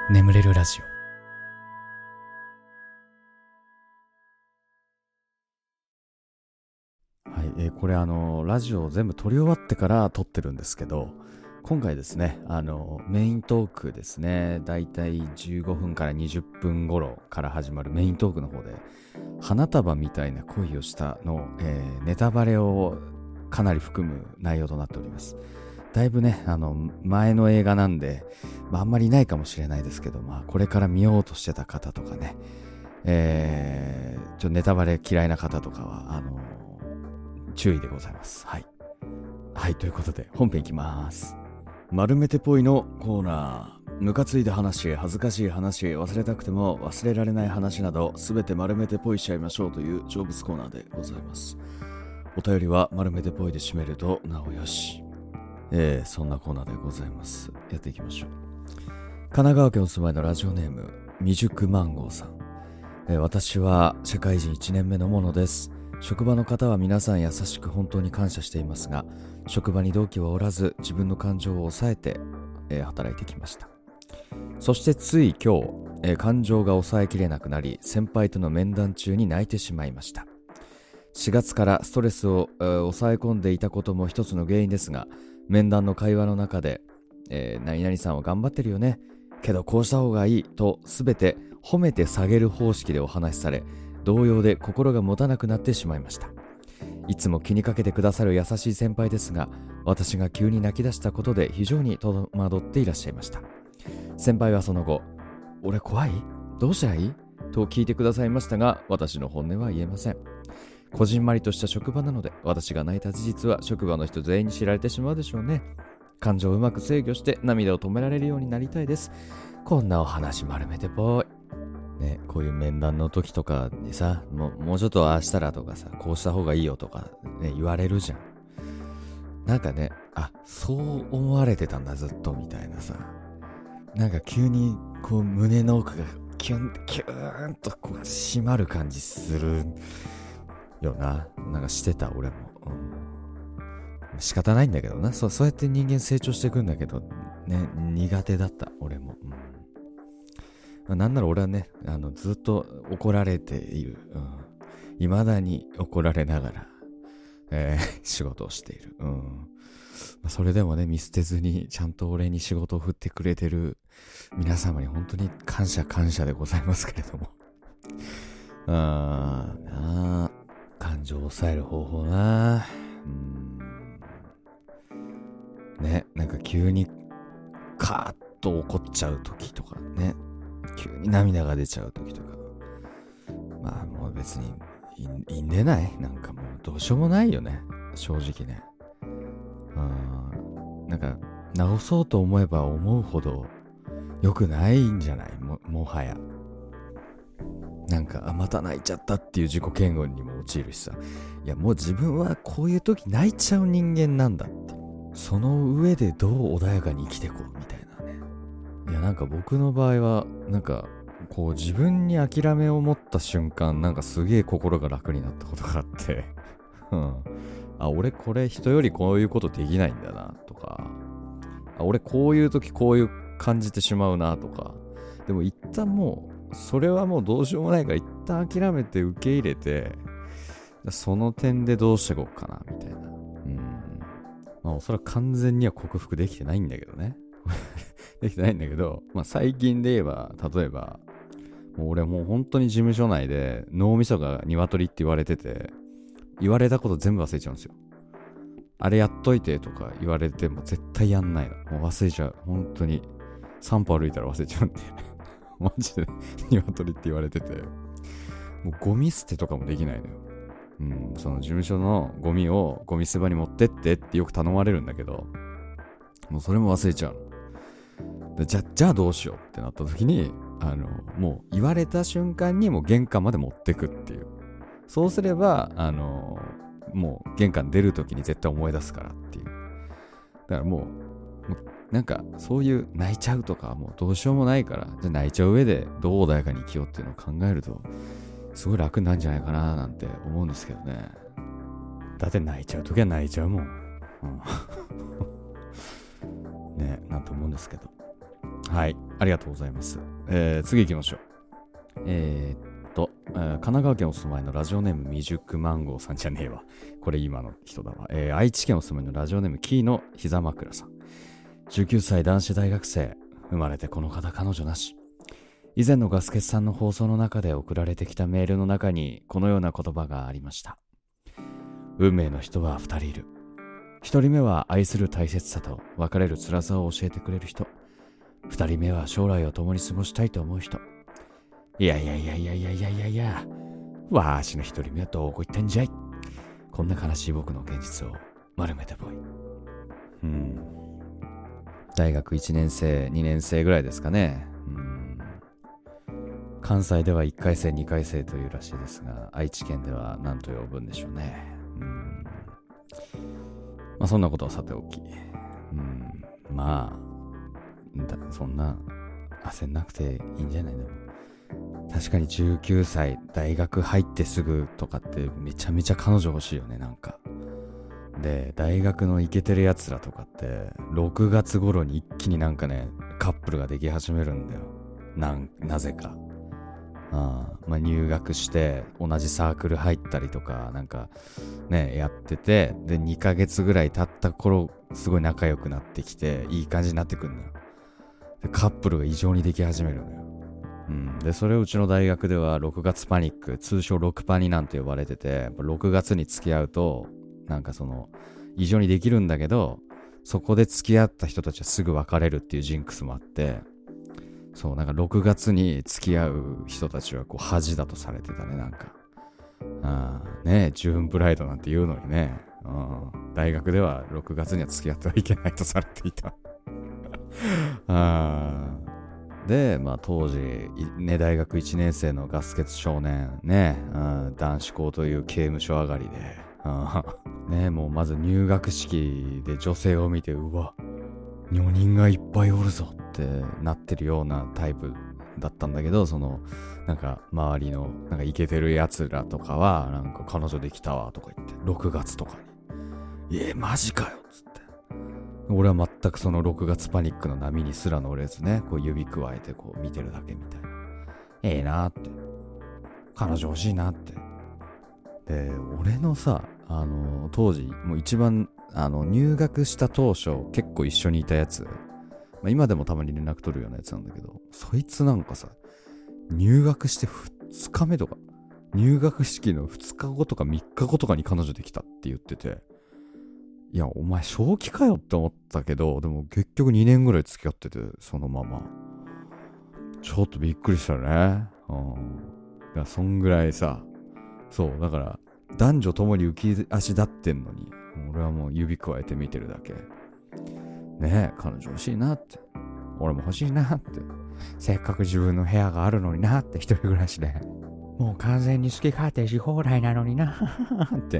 眠れるラジオ。はい、これラジオを全部撮り終わってから撮ってるんですけど、今回ですね、メイントークですね、だいたい15分から20分頃から始まるメイントークの方で、花束みたいな恋をしたの、ネタバレをかなり含む内容となっております。だいぶね、前の映画なんで、あんまりいないかもしれないですけど、これから見ようとしてた方とかね、ネタバレ嫌いな方とかは、注意でございます。はい。はい、ということで、本編いきます。丸めてぽいのコーナー。ムカついた話、恥ずかしい話、忘れたくても忘れられない話など、すべて丸めてぽいしちゃいましょうという成仏コーナーでございます。お便りは丸めてぽいで締めるとなおよし。そんなコーナーでございます。やっていきましょう。神奈川県お住まいのラジオネーム未熟マンゴーさん。私は社会人1年目のものです。職場の方は皆さん優しく本当に感謝していますが、職場に同期はおらず自分の感情を抑えて、働いてきました。そしてつい今日、感情が抑えきれなくなり、先輩との面談中に泣いてしまいました。4月からストレスを、抑え込んでいたことも一つの原因ですが、面談の会話の中で、何々さんは頑張ってるよね、けどこうした方がいいと全て褒めて下げる方式でお話しされ、動揺で心が持たなくなってしまいました。いつも気にかけてくださる優しい先輩ですが、私が急に泣き出したことで非常に戸惑っていらっしゃいました。先輩はその後、俺怖い？どうしたらいい？と聞いてくださいましたが、私の本音は言えません。こじんまりとした職場なので、私が泣いた事実は職場の人全員に知られてしまうでしょうね。感情をうまく制御して涙を止められるようになりたいです。こんなお話丸めてぽい。ね、こういう面談の時とかにさ、もうちょっとああしたらとかさ、こうした方がいいよとか、ね、言われるじゃん。なんかね、そう思われてたんだずっとみたいなさ。なんか急にこう胸の奥がキューンとこう締まる感じするよな。なんかしてた俺も。仕方ないんだけどな。そうやって人間成長していくんだけど、ね、苦手だった俺も。なんなら俺はね、ずっと怒られている。未だに怒られながら、仕事をしている。それでもね、見捨てずにちゃんと俺に仕事を振ってくれてる皆様に本当に感謝でございますけれども。感情を抑える方法な。ね、なんか急にカーッと怒っちゃう時とかね。急に涙が出ちゃう時とか、もう別にいいんでない？なんかもうどうしようもないよね、正直ね。なんか直そうと思えば思うほど良くないんじゃない？もはやなんかまた泣いちゃったっていう自己嫌悪にも陥るしさ。いやもう自分はこういう時泣いちゃう人間なんだって、その上でどう穏やかに生きてこうみたいなね。いやなんか僕の場合はなんかこう自分に諦めを持った瞬間、なんかすげえ心が楽になったことがあって俺これ人よりこういうことできないんだなとか、俺こういう時こういう感じてしまうなとか。でも一旦もうそれはもうどうしようもないから一旦諦めて受け入れて、その点でどうしていこうかなみたいな。おそらく完全には克服できてないんだけどねできてないんだけど、最近で言えば、例えばもう俺もう本当に事務所内で脳みそが鶏って言われてて、言われたこと全部忘れちゃうんですよ。あれやっといてとか言われても絶対やんないの。もう忘れちゃう。本当に3歩歩いたら忘れちゃうんでマジで鶏って言われてて、もうゴミ捨てとかもできないのよ。その事務所のゴミをゴミ捨て場に持ってってってよく頼まれるんだけど、もうそれも忘れちゃうので。じゃあどうしようってなった時に、もう言われた瞬間にもう玄関まで持ってくっていう。そうすればもう玄関出る時に絶対思い出すからっていう。だからもうなんかそういう泣いちゃうとかもうどうしようもないから、じゃあ泣いちゃう上でどう穏やかに生きようっていうのを考えるとすごい楽なんじゃないかななんて思うんですけどね。だって泣いちゃうときは泣いちゃうもん。ね、なんて思うんですけど。 はい、ありがとうございます。次行きましょう。神奈川県お住まいのラジオネーム未熟マンゴーさんじゃねえわ。これ今の人だわ。愛知県お住まいのラジオネームキーの膝枕さん。19歳男子大学生。生まれてこの方彼女なし。以前のガスケツさんの放送の中で送られてきたメールの中にこのような言葉がありました。運命の人は2人いる。1人目は愛する大切さと別れる辛さを教えてくれる人。2人目は将来を共に過ごしたいと思う人。いや、わーしの1人目はどこ行ったんじゃい。こんな悲しい僕の現実を丸めてぽい。大学1年生2年生ぐらいですかね。関西では1回生2回生というらしいですが、愛知県では何と呼ぶんでしょうね。まあそんなことはさておき、まあそんな焦んなくていいんじゃないの。確かに19歳大学入ってすぐとかってめちゃめちゃ彼女欲しいよね。なんかで大学のイケてるやつらとかって6月頃に一気になんかねカップルができ始めるんだよ。なぜか入学して同じサークル入ったりとかなんかねやってて、で2ヶ月ぐらい経った頃すごい仲良くなってきていい感じになってくるのよ。でカップルが異常にでき始めるのよ。でそれをうちの大学では6月パニック、通称6パニなんて呼ばれてて、6月に付き合うとなんかその異常にできるんだけど、そこで付き合った人たちはすぐ別れるっていうジンクスもあって、そうなんか6月に付き合う人たちはこう恥だとされてたね。なんかねえジューンブライドなんて言うのにね、大学では6月には付き合ってはいけないとされていたでまあ当時ね大学1年生のガスケツ少年ね、男子校という刑務所上がりでねもうまず入学式で女性を見てうわ女人がいっぱいおるぞってなってるようなタイプだったんだけど、そのなんか周りのなんかイケてるやつらとかはなんか彼女できたわとか言って6月とかにマジかよっつって、俺は全くその6月パニックの波にすら乗れずね、こう指くわえてこう見てるだけみたいな。なーって彼女欲しいなって。で俺のさ当時もう一番入学した当初結構一緒にいたやつ、今でもたまに連絡取るようなやつなんだけど、そいつなんかさ入学して2日目とか入学式の2日後とか3日後とかに彼女できたって言ってて、いやお前正気かよって思ったけど、でも結局2年ぐらい付き合っててそのままちょっとびっくりしたね。だからそんぐらいさ、そうだから男女ともに浮き足立ってんのに俺はもう指くわえて見てるだけね。彼女欲しいなって、俺も欲しいなって、せっかく自分の部屋があるのになって、一人暮らしでもう完全に好き勝手し放題なのになって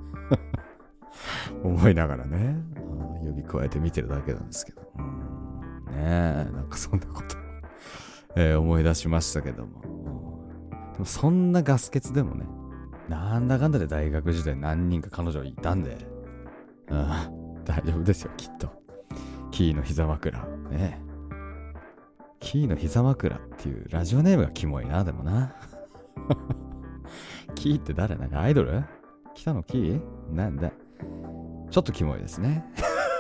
思いながらね指くわえて見てるだけなんですけど、なんかそんなこと、思い出しましたけども、でもそんなガス欠でもね、なんだかんだで大学時代何人か彼女いたんで、大丈夫ですよきっと。キーの膝枕ね。キーの膝枕っていうラジオネームがキモいな。でもなキーって誰？なんかアイドル？北野キー？なんだちょっとキモいですね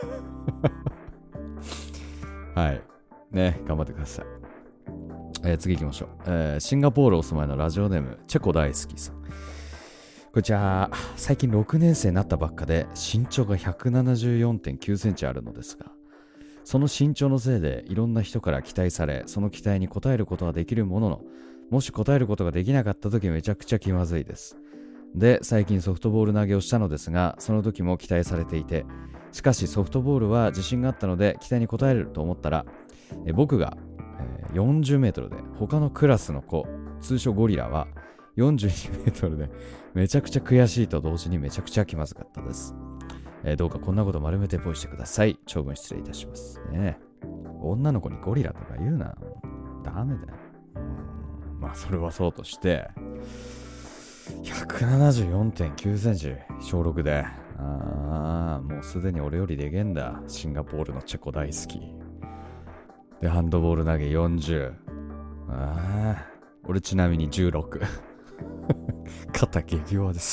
はいね、頑張ってください。次行きましょう。シンガポールお住まいのラジオネームチェコ大好きさん。こんにちは。最近6年生になったばっかで身長が 174.9 センチあるのですが、その身長のせいでいろんな人から期待され、その期待に応えることができるものの、もし応えることができなかった時めちゃくちゃ気まずいです。で、最近ソフトボール投げをしたのですが、その時も期待されていて、しかしソフトボールは自信があったので期待に応えると思ったら、僕が、40メートルで他のクラスの子、通称ゴリラは42メートルでめちゃくちゃ悔しいと同時にめちゃくちゃ気まずかったです。どうかこんなこと丸めてポイしてください。長文失礼いたしますね。女の子にゴリラとか言うな。ダメだよ。まあそれはそうとして174.9 センチ小6で、もうすでに俺よりでけんだ。シンガポールのチェコ大好き。 で、ハンドボール投げ40。俺ちなみに16。肩激弱です。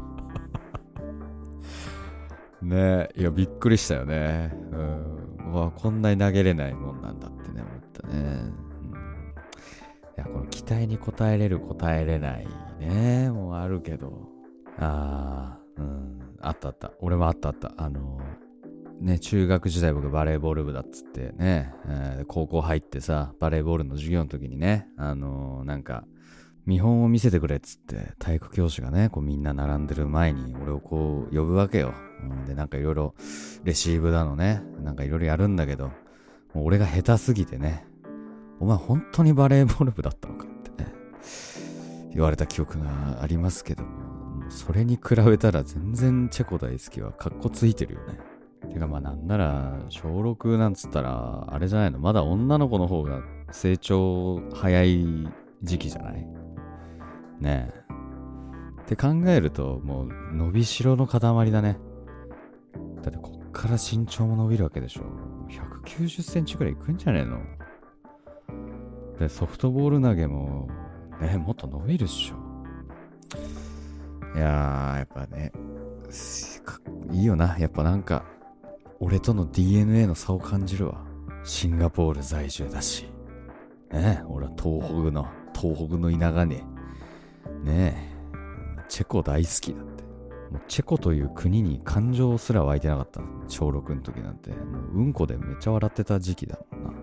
ねえ、いや、びっくりしたよね。こんなに投げれないもんなんだってね、思ったね。いや、この期待に応えれる、応えれないね、もうあるけど。あった。俺もあった。ね、中学時代僕バレーボール部だっつってね、高校入ってさ、バレーボールの授業の時にね、なんか、見本を見せてくれっつって体育教師がね、こうみんな並んでる前に俺をこう呼ぶわけよ。で、なんかいろいろレシーブだのね、なんかいろいろやるんだけど、もう俺が下手すぎてね、お前本当にバレーボール部だったのかってね、言われた記憶がありますけども、それに比べたら全然チェコ大好きはカッコついてるよね。てかまあなんなら小6なんつったらあれじゃないの、まだ女の子の方が成長早い時期じゃないねえ。って考えるともう伸びしろの塊だね。だってこっから身長も伸びるわけでしょ。190センチくらいいくんじゃねえの。でソフトボール投げもね、もっと伸びるっしょ。いやーやっぱね、いいよな。やっぱなんか俺との DNA の差を感じるわ。シンガポール在住だしねえ、俺は東北の田舎ねえ、チェコ大好きだって。もうチェコという国に感情すら湧いてなかった。小6の時なんてもううんこでめっちゃ笑ってた時期だもんな。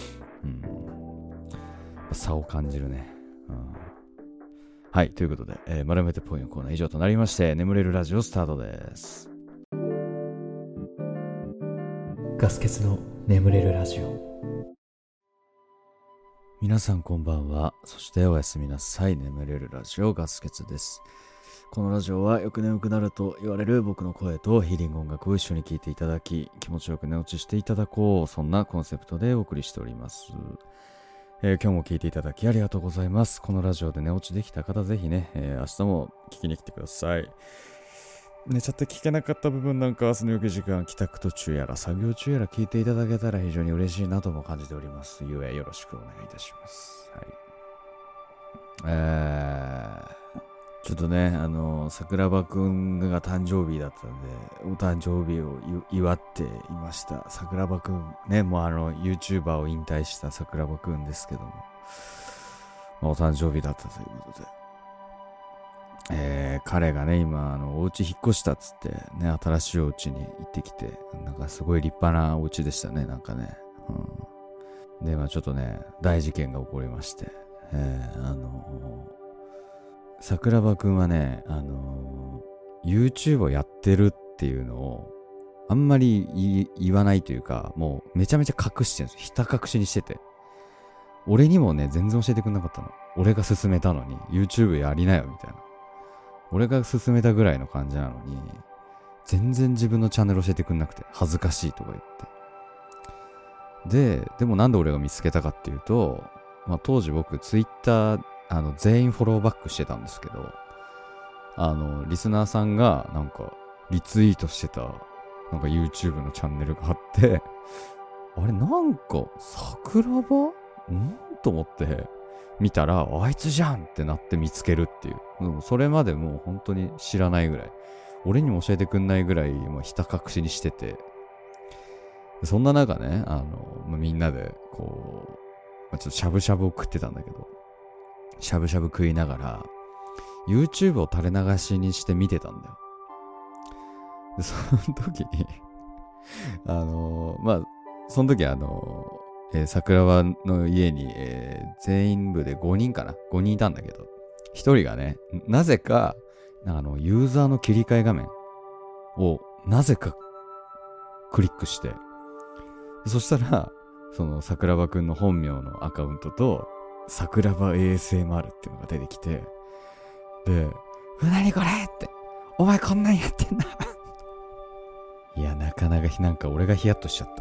差を感じるね。はい、ということで、丸めてポイのコーナー以上となりまして、眠れるラジオスタートです。 ガス欠の眠れるラジオ。 皆さんこんばんは。そしておやすみなさい。眠れるラジオガス欠です。このラジオはよく眠くなると言われる僕の声とヒーリング音楽を一緒に聴いていただき、気持ちよく寝落ちしていただこう、そんなコンセプトでお送りしております。今日も聴いていただきありがとうございます。このラジオで寝落ちできた方ぜひね、明日も聞きに来てください。寝ちゃって聞けなかった部分なんか明日の翌時間、帰宅途中やら作業中やら聞いていただけたら非常に嬉しいなとも感じております。ゆえよろしくお願いいたします。はい。ちょっとね、桜庭くんが誕生日だったんで、お誕生日を祝っていました。桜庭くんね、もうYouTuber を引退した桜庭くんですけども、お誕生日だったということで、彼がね、今、お家引っ越したっつって、ね、新しいお家に行ってきて、なんかすごい立派なお家でしたね、なんかね。で、ちょっとね、大事件が起こりまして、桜庭くんはね、YouTube をやってるっていうのを、あんまり言わないというか、もうめちゃめちゃ隠してるんですよ。ひた隠しにしてて。俺にもね、全然教えてくんなかったの。俺が勧めたのに、YouTube やりなよ、みたいな。俺が勧めたぐらいの感じなのに、全然自分のチャンネル教えてくんなくて、恥ずかしいとか言って。でもなんで俺が見つけたかっていうと、当時僕 Twitter、全員フォローバックしてたんですけど、リスナーさんがなんかリツイートしてたなんか YouTube のチャンネルがあって、あれなんか桜庭と思って見たら、あいつじゃんってなって見つけるっていう。それまでもう本当に知らないぐらい、俺にも教えてくんないぐらいひた隠しにしてて、そんな中ね、みんなでこう、ちょっとしゃぶしゃぶを食ってたんだけど、しゃぶしゃぶ食いながら YouTube を垂れ流しにして見てたんだよ。でその時にその時桜庭の家に、全員部で5人かな、5人いたんだけど、1人がね、なぜかユーザーの切り替え画面をなぜかクリックして、そしたらその桜庭くんの本名のアカウントと桜庭 ASMR っていうのが出てきて、で、何これって、お前こんなんやってんだいや、なかなかなんか俺がヒヤッとしちゃった。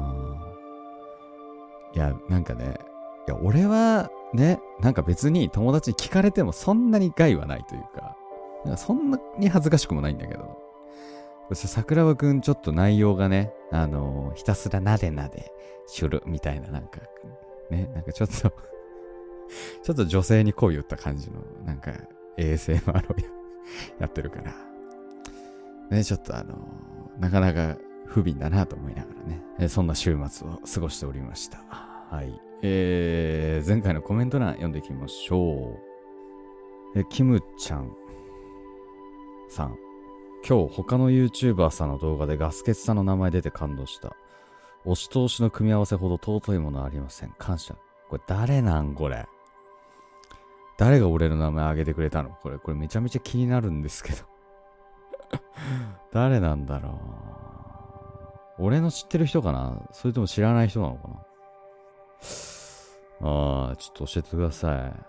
いや、なんかね、いや、俺はね、なんか別に友達に聞かれてもそんなに害はないというか、なんかそんなに恥ずかしくもないんだけど、 そして桜庭くんちょっと内容がね、ひたすらなでなでしゅるみたいな、なんかちょっとちょっと女性に恋を打った感じの、なんか ASMR をやってるから。ね、ちょっとなかなか不憫だなと思いながらね、そんな週末を過ごしておりました。はい。前回のコメント欄読んでいきましょう。キムちゃんさん。今日他の YouTuber さんの動画でガスケツさんの名前出て感動した。押し通しの組み合わせほど尊いものはありません。感謝。これ誰なんこれ。誰が俺の名前挙げてくれたのこれめちゃめちゃ気になるんですけど。誰なんだろう。俺の知ってる人かなそれとも知らない人なのかなちょっと教えてください。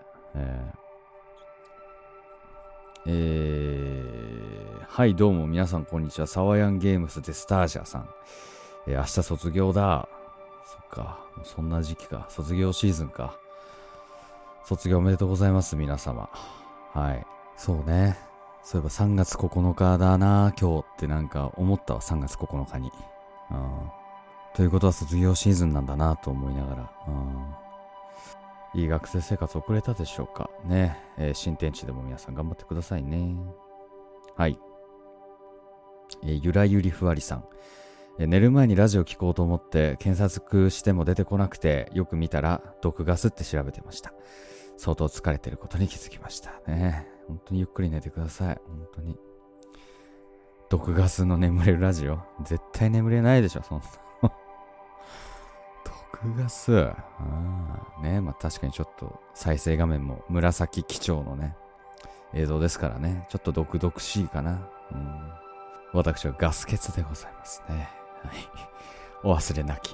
はい、どうも皆さんこんにちは。サワヤンゲームスでスタージャーさん。明日卒業だ。そっか。もうそんな時期か。卒業シーズンか。卒業おめでとうございます、皆様。はい。そうね。そういえば3月9日だな、今日ってなんか思ったわ、3月9日に。ということは卒業シーズンなんだなと思いながら。いい学生生活送れたでしょうかね。新天地でも皆さん頑張ってくださいね。はい。ゆらゆりふわりさん。寝る前にラジオ聞こうと思って検索しても出てこなくて、よく見たら毒ガスって調べてました。相当疲れてることに気づきましたね。本当にゆっくり寝てください。本当に。毒ガスの眠れるラジオ絶対眠れないでしょ、そんな。毒ガス。ね、まあ確かにちょっと再生画面も紫基調のね、映像ですからね、ちょっと毒々しいかな。私はガス欠でございますね。はい。お忘れなきよ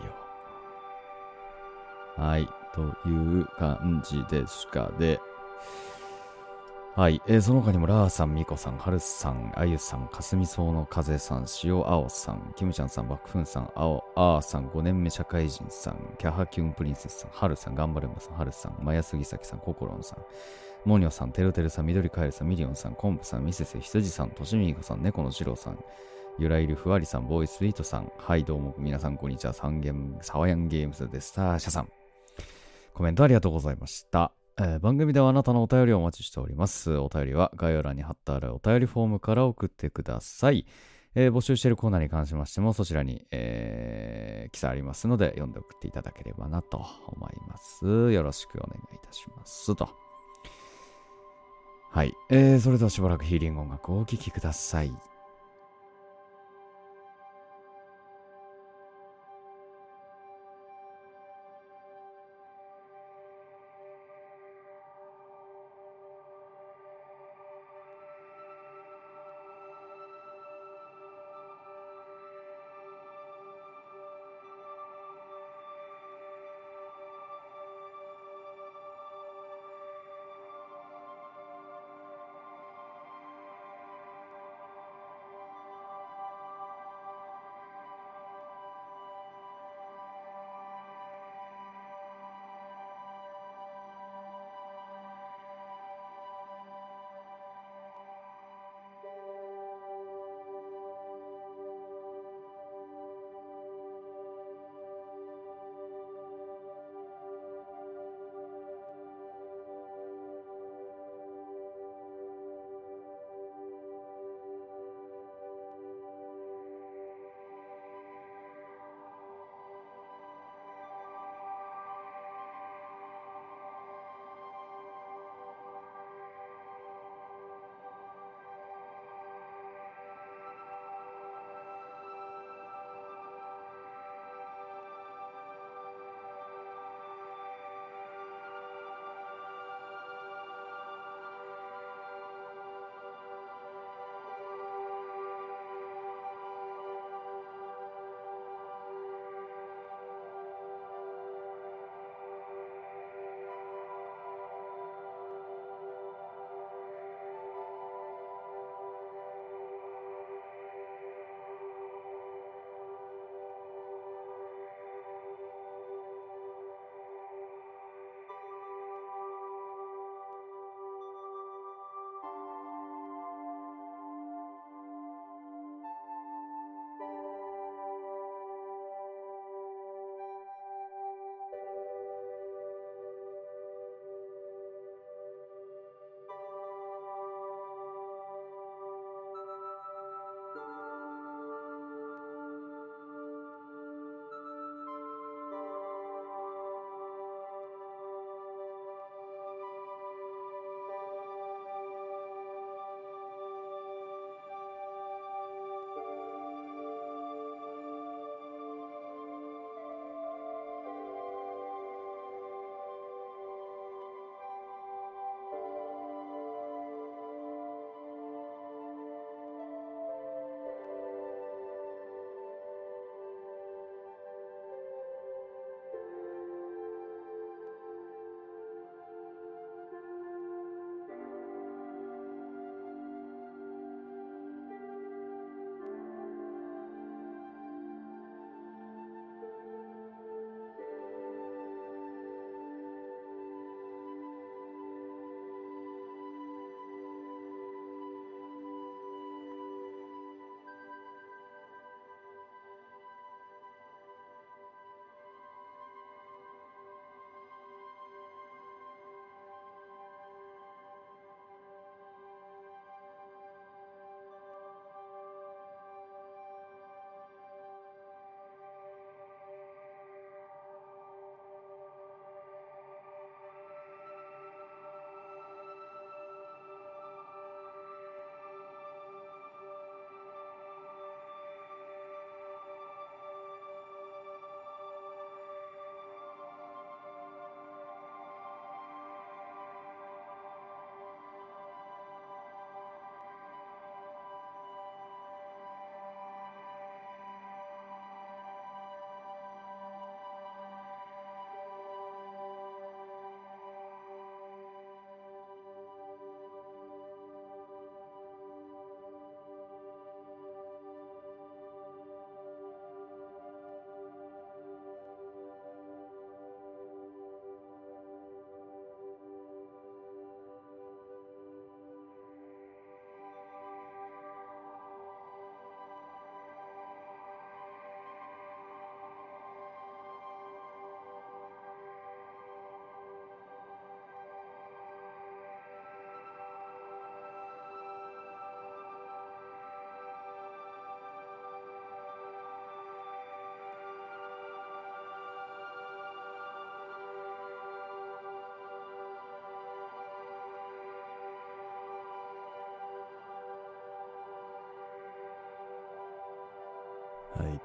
う。はい。という感じですかで。はい。その他にも、ラーさん、ミコさん、ハルさん、あゆさん、かすみそうの風さん、塩青さん、キムちゃんさん、バクフンさん、あーさん、5年目社会人さん、キャハキュンプリンセスさん、ハルさん、ガンバルンバさん、ハルさん、マヤスギサキさん、ココロンさん、モニョさん、テルテルさん、緑カエルさん、ミリオンさん、コンプさん、ミセス、羊さん、トシミーコさん、猫のシロさん、ゆらいるふわりさん、ボーイスイートさん、はい、どうも、皆さん、こんにちは。サワヤンゲームズでスターシャさん。コメントありがとうございました。番組ではあなたのお便りをお待ちしております。お便りは概要欄に貼ってあるお便りフォームから送ってください。募集しているコーナーに関しましてもそちらに、記載ありますので読んで送っていただければなと思います。よろしくお願いいたしますと。はい、それではしばらくヒーリング音楽をお聴きください。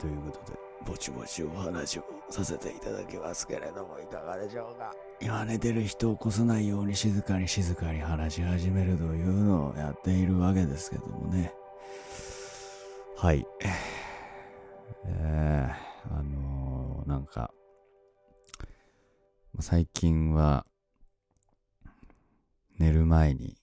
ということで、ぼちぼちお話をさせていただきますけれども、いかがでしょうか。今寝てる人を起こさないように静かに話し始めるというのをやっているわけですけどもね。はい。なんか、最近は、寝る前に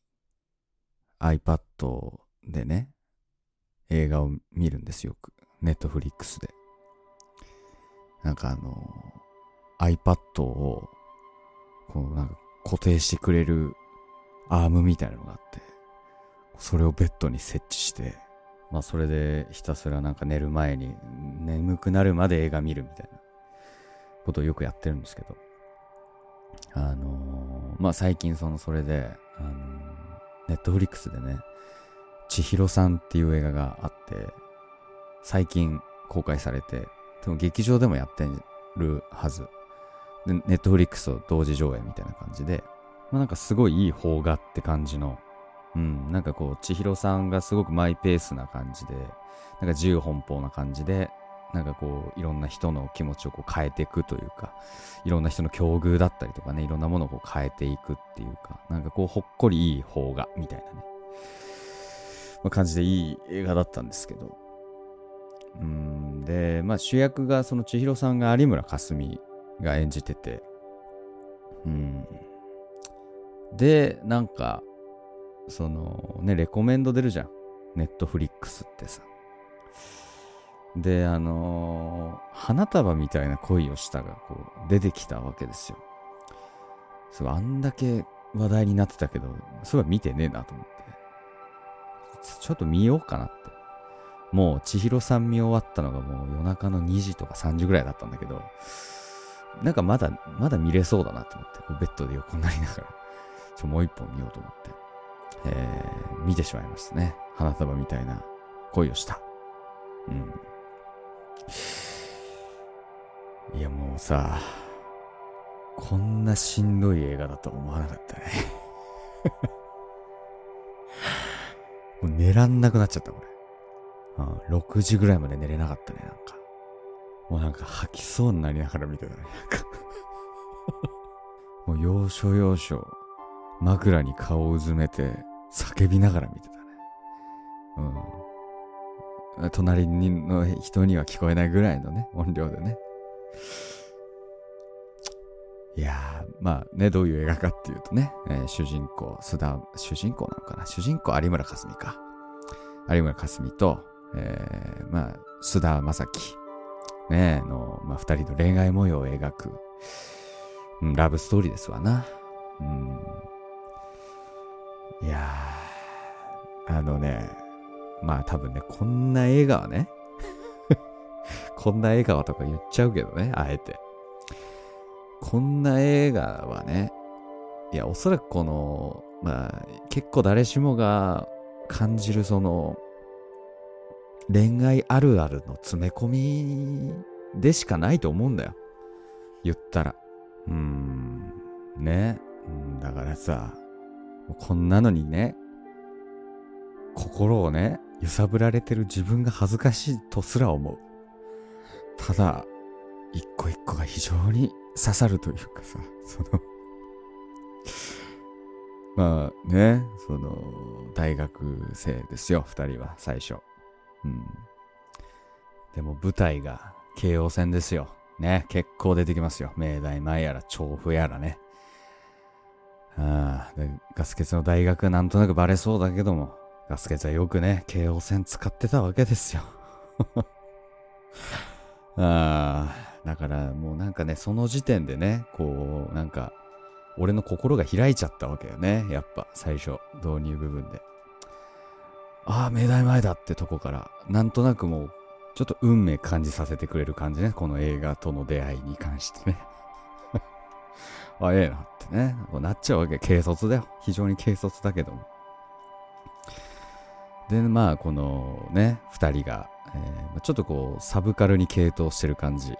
iPad でね、映画を見るんですよ。Netflix で。なんかiPad をこうなんか固定してくれるアームみたいなのがあって、それをベッドに設置して、それでひたすらなんか寝る前に眠くなるまで映画見るみたいなことをよくやってるんですけど、最近それでNetflix でね、千尋さんっていう映画があって、最近公開されて、でも劇場でもやってるはずで、Netflix と同時上映みたいな感じで、なんかすごいいい邦画って感じの、なんかこう千尋さんがすごくマイペースな感じで、なんか自由奔放な感じで、なんかこういろんな人の気持ちをこう変えていくというか、いろんな人の境遇だったりとかね、いろんなものをこう変えていくっていうか、なんかこうほっこりいい邦画みたいなね、感じでいい映画だったんですけど、で、主役がその千尋さんが有村架純が演じてて、で、なんかレコメンド出るじゃん、ネットフリックスってさ。で、花束みたいな恋をしたがこう出てきたわけですよ。あんだけ話題になってたけど、それは見てねえなと思って、ちょっと見ようかなって。もう千尋さん見終わったのがもう夜中の2時とか3時ぐらいだったんだけど、なんかまだ見れそうだなと思って、ベッドで横になりながらもう一本見ようと思って、見てしまいましたね。花束みたいな恋をした。いやもうさ、こんなしんどい映画だと思わなかったね。もう寝らんなくなっちゃったこれ。6時ぐらいまで寝れなかったね。なんかもうなんか吐きそうになりながら見てたね。なんかもう要所要所枕に顔をうずめて叫びながら見てたね。隣の人には聞こえないぐらいのね、音量でね。いやー、どういう映画かっていうとね、主人公なのかな、主人公有村架純か。有村架純と、菅田将暉ねの、二人の恋愛模様を描く、ラブストーリーですわな。いやー、多分ね、こんな映画はねこんな映画はとか言っちゃうけどね、あえて。こんな映画はね、いや、おそらくこの、結構誰しもが感じる恋愛あるあるの詰め込みでしかないと思うんだよ。言ったら。ね。だからさ、こんなのにね、心をね、揺さぶられてる自分が恥ずかしいとすら思う。ただ、一個一個が非常に刺さるというかさ、大学生ですよ、二人は最初。でも舞台が京王線ですよ。ね、結構出てきますよ。明大前やら調布やらね。でガス欠の大学はなんとなくバレそうだけども、ガス欠はよくね、京王線使ってたわけですよ。だからもうなんかね、その時点でね、こうなんか俺の心が開いちゃったわけよね。やっぱ最初導入部分で、明大前だってとこからなんとなくもうちょっと運命感じさせてくれる感じね、この映画との出会いに関してね。ええなってね、なっちゃうわけ。軽率だよ、非常に軽率だけども。でこのね二人が、ちょっとこうサブカルに傾倒してる感じ。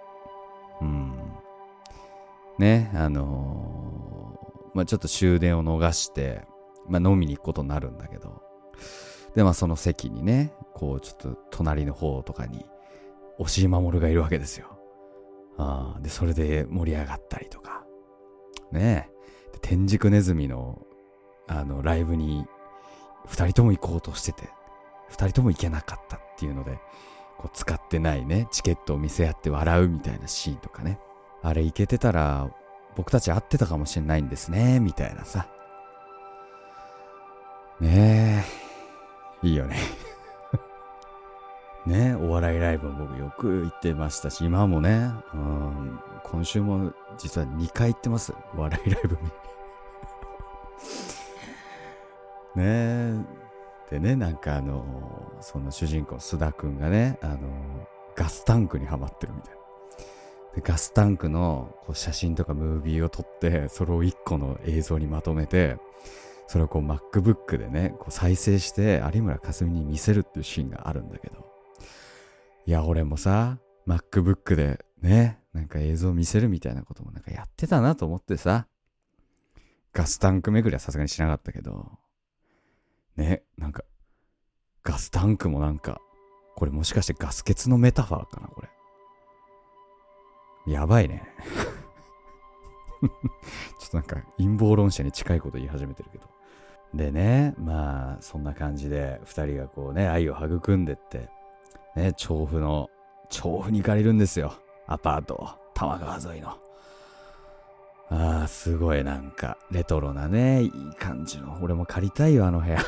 ね、ちょっと終電を逃して、飲みに行くことになるんだけど、でその席にね、こうちょっと隣の方とかに押井守がいるわけですよ。でそれで盛り上がったりとかねえ、で天竺ネズミのライブに2人とも行こうとしてて2人とも行けなかったっていうので、こう使ってないねチケットを見せ合って笑うみたいなシーンとかね、あれ行けてたら僕たち会ってたかもしれないんですねみたいなさ、ねえいいよねね、お笑いライブも僕よく行ってましたし、今もね、今週も実は2回行ってます、お笑いライブにね。でね、なんかその主人公須田くんがね、ガスタンクにハマってるみたいな。でガスタンクのこう写真とかムービーを撮って、それを1個の映像にまとめて、それをこう MacBook でね、こう再生して有村架純に見せるっていうシーンがあるんだけど、いや俺もさ MacBook でね、なんか映像見せるみたいなこともなんかやってたなと思ってさ、ガスタンク巡りはさすがにしなかったけどね、なんかガスタンクもなんかこれもしかしてガス欠のメタファーかな、これやばいねちょっとなんか陰謀論者に近いこと言い始めてるけど、でね、まあそんな感じで2人がこうね愛を育んでってね、調布に借りるんですよ、アパートを、多摩川沿いの。すごいなんかレトロなね、いい感じの、俺も借りたいよあの部屋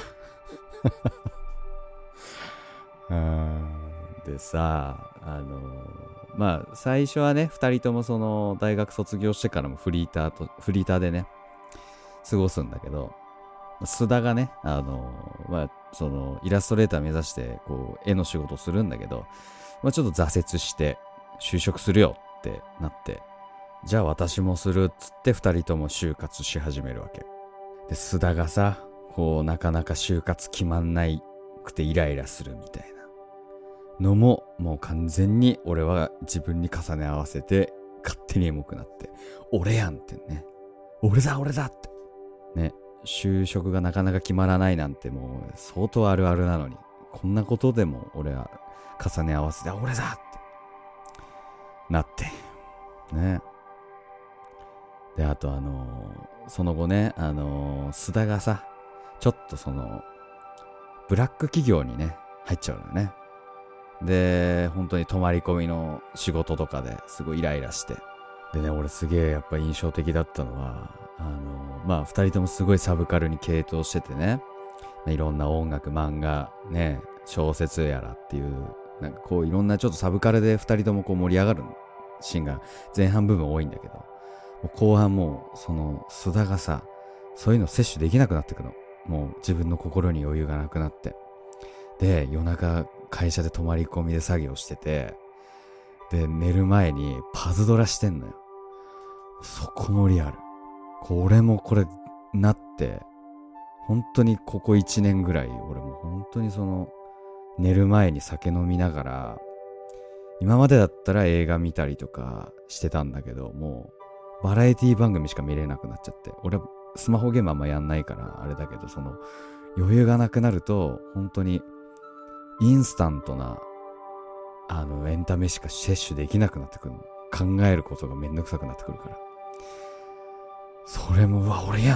でさ、まあ最初はね2人ともその大学卒業してからもフリーターでね過ごすんだけど、須田がねまあそのイラストレーター目指してこう絵の仕事をするんだけど、まあちょっと挫折して就職するよってなって、じゃあ私もするっつって2人とも就活し始めるわけで、須田がさこうなかなか就活決まんないくてイライラするみたいなのも、もう完全に俺は自分に重ね合わせて勝手にエモくなって、俺やんってね、俺だってね、就職がなかなか決まらないなんてもう相当あるあるなのに、こんなことでも俺は重ね合わせて俺だってなってね。であとその後ね須田がさちょっとそのブラック企業にね入っちゃうのよね。で本当に泊まり込みの仕事とかですごいイライラして、でね俺すげえやっぱ印象的だったのはまあ2人ともすごいサブカルに傾倒しててね、いろんな音楽漫画ね小説やらっていうなんかこういろんなちょっとサブカルで2人ともこう盛り上がるシーンが前半部分多いんだけど、後半もうその須田がさそういうの摂取できなくなってくの、もう自分の心に余裕がなくなって、で夜中会社で泊まり込みで作業してて、で寝る前にパズドラしてんのよ。そこもリアル。これもこれなって本当にここ1年ぐらい俺も本当にその寝る前に酒飲みながら、今までだったら映画見たりとかしてたんだけど、もうバラエティ番組しか見れなくなっちゃって、俺スマホゲームあんまやんないからあれだけど、その余裕がなくなると本当にインスタントなエンタメしか摂取できなくなってくるの。考えることがめんどくさくなってくるから、それもうわ俺やん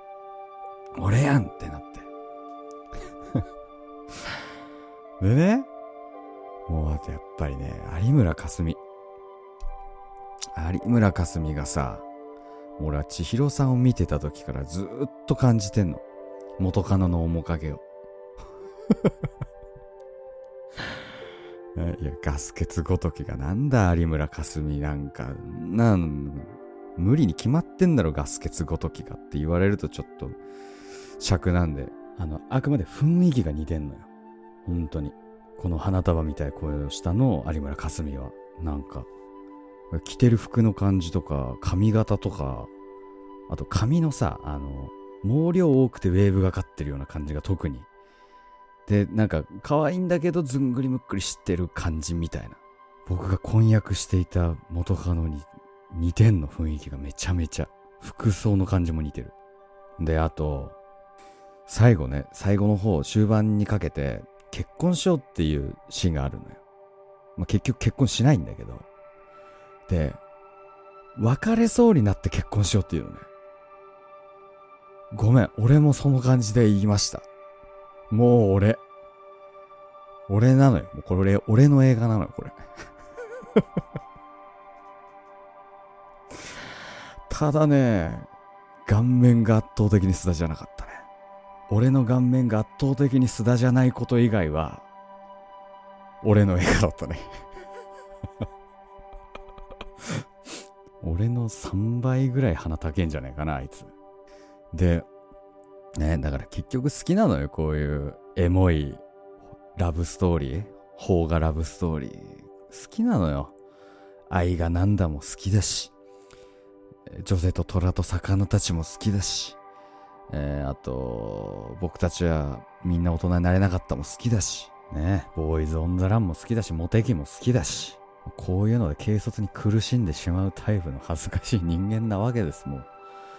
ってなってでね、もうあとやっぱりね有村架純がさ、俺は千尋さんを見てた時からずっと感じてんの、元カノの面影をいやガス欠ごときがなんだ有村架純なんか無理に決まってんだろガス欠ごときがって言われるとちょっと尺なんで、あくまで雰囲気が似てんのよ本当に。この花束みたい声をしたの有村架純はなんか着てる服の感じとか髪型とか、あと髪のさ毛量多くてウェーブがかってるような感じが特にで、なんか可愛いんだけどずんぐりむっくりしてる感じみたいな、僕が婚約していた元カノに似てんの、雰囲気がめちゃめちゃ、服装の感じも似てる。であと最後の方終盤にかけて結婚しようっていうシーンがあるのよ。 結局結婚しないんだけど、で別れそうになって結婚しようっていうのね。ごめん、俺もその感じで言いました。もう俺なのよ。もうこれ俺の映画なのよこれ。ただね、顔面が圧倒的に須田じゃなかったね。俺の顔面が圧倒的に須田じゃないこと以外は俺の映画だったね。俺の3倍ぐらい鼻高いんじゃないかな、あいつ。でね、だから結局好きなのよ、こういうエモいラブストーリー、邦画ラブストーリー好きなのよ。愛がなんだも好きだし、女性と虎と魚たちも好きだし、あと僕たちはみんな大人になれなかったも好きだしね、ボーイズ・オン・ザ・ランも好きだし、モテ期も好きだし、こういうので軽率に苦しんでしまうタイプの恥ずかしい人間なわけです。もう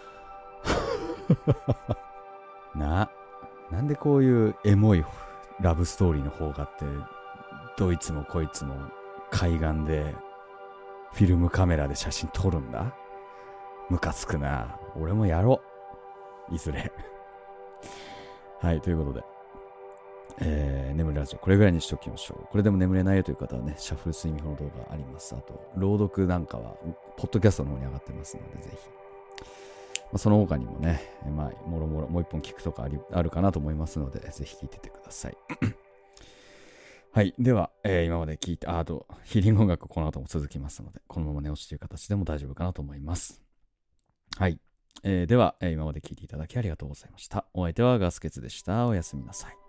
なんでこういうエモいラブストーリーの方がってどいつもこいつも海岸でフィルムカメラで写真撮るんだ。ムカつくな。俺もやろう、いずれ。はい、ということで眠るラジオこれぐらいにしておきましょう。これでも眠れないよという方はね、シャッフル睡眠法の動画あります。あと朗読なんかはポッドキャストの方に上がってますので、ぜひ、その他にもね、もろもろもう一本聞くとかあるかなと思いますので、ぜひ聞いててください。はい、では、今まで聞いてあとヒーリング音楽この後も続きますので、このまま寝落ちという形でも大丈夫かなと思います。はい、では、今まで聞いていただきありがとうございました。お相手はガスケツでした。おやすみなさい。